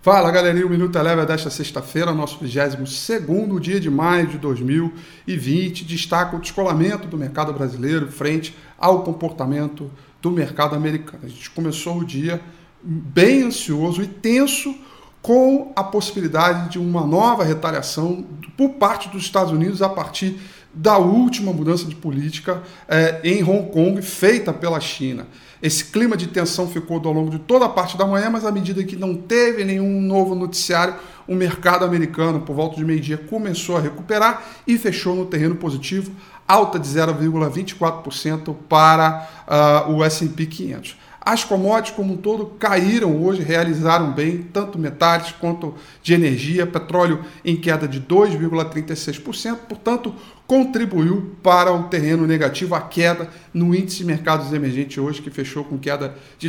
Fala galerinha, o Minuto Eleva desta sexta-feira, nosso 22º dia de maio de 2020, destaca o descolamento do mercado brasileiro frente ao comportamento do mercado americano. A gente começou o dia bem ansioso e tenso com a possibilidade de uma nova retaliação por parte dos Estados Unidos a partir da última mudança de política em Hong Kong feita pela China. Esse clima de tensão ficou ao longo de toda a parte da manhã, mas à medida que não teve nenhum novo noticiário, o mercado americano, por volta de meio-dia, começou a recuperar e fechou no terreno positivo, alta de 0,24% para o S&P 500. As commodities como um todo caíram hoje, realizaram bem, tanto metais quanto de energia, petróleo em queda de 2,36%, portanto, contribuiu para o terreno negativo a queda no índice de mercados emergentes hoje, que fechou com queda de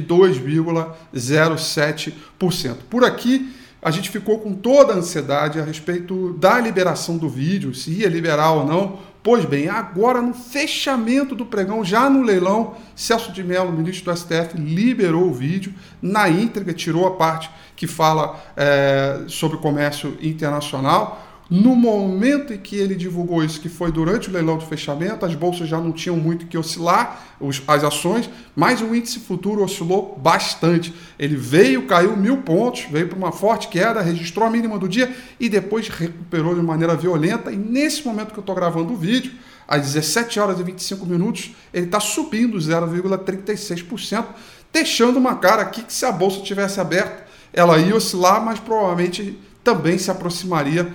2,07%. Por aqui, a gente ficou com toda a ansiedade a respeito da liberação do vídeo, se ia liberar ou não. Pois bem, agora no fechamento do pregão, já no leilão, Celso de Mello, ministro do STF, liberou o vídeo na íntegra, tirou a parte que fala sobre comércio internacional. No momento em que ele divulgou isso, que foi durante o leilão do fechamento, as bolsas já não tinham muito que oscilar, as ações, mas o índice futuro oscilou bastante. Ele caiu 1.000 pontos, veio para uma forte queda, registrou a mínima do dia e depois recuperou de maneira violenta. E nesse momento que eu estou gravando o vídeo, às 17 horas e 25 minutos, ele está subindo 0,36%, deixando uma cara aqui que se a bolsa tivesse aberta, ela ia oscilar, mas provavelmente também se aproximaria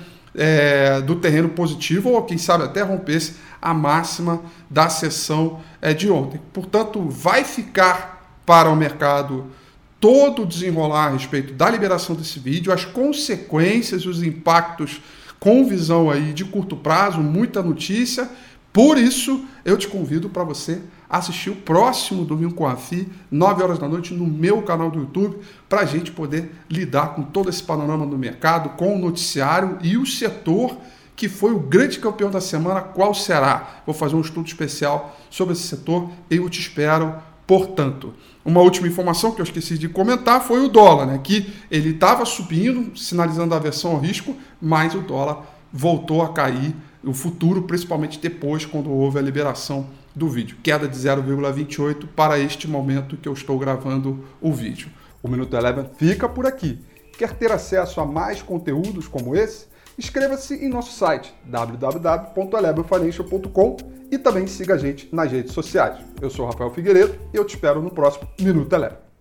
do terreno positivo ou quem sabe até rompesse a máxima da sessão de ontem. Portanto, vai ficar para o mercado todo o desenrolar a respeito da liberação desse vídeo, as consequências, os impactos com visão aí de curto prazo, muita notícia. Por isso, eu te convido para você assistir o próximo Domingo com a FI, 9 horas da noite, no meu canal do YouTube, para a gente poder lidar com todo esse panorama do mercado, com o noticiário e o setor que foi o grande campeão da semana, qual será? Vou fazer um estudo especial sobre esse setor e eu te espero, portanto. Uma última informação que eu esqueci de comentar foi o dólar, né? Que ele estava subindo, sinalizando a aversão ao risco, mas o dólar voltou a cair, o futuro, principalmente depois, quando houve a liberação do vídeo. Queda de 0,28 para este momento que eu estou gravando o vídeo. O Minuto Eleven fica por aqui. Quer ter acesso a mais conteúdos como esse? Inscreva-se em nosso site www.elevenfinancial.com e também siga a gente nas redes sociais. Eu sou Rafael Figueiredo e eu te espero no próximo Minuto Eleven.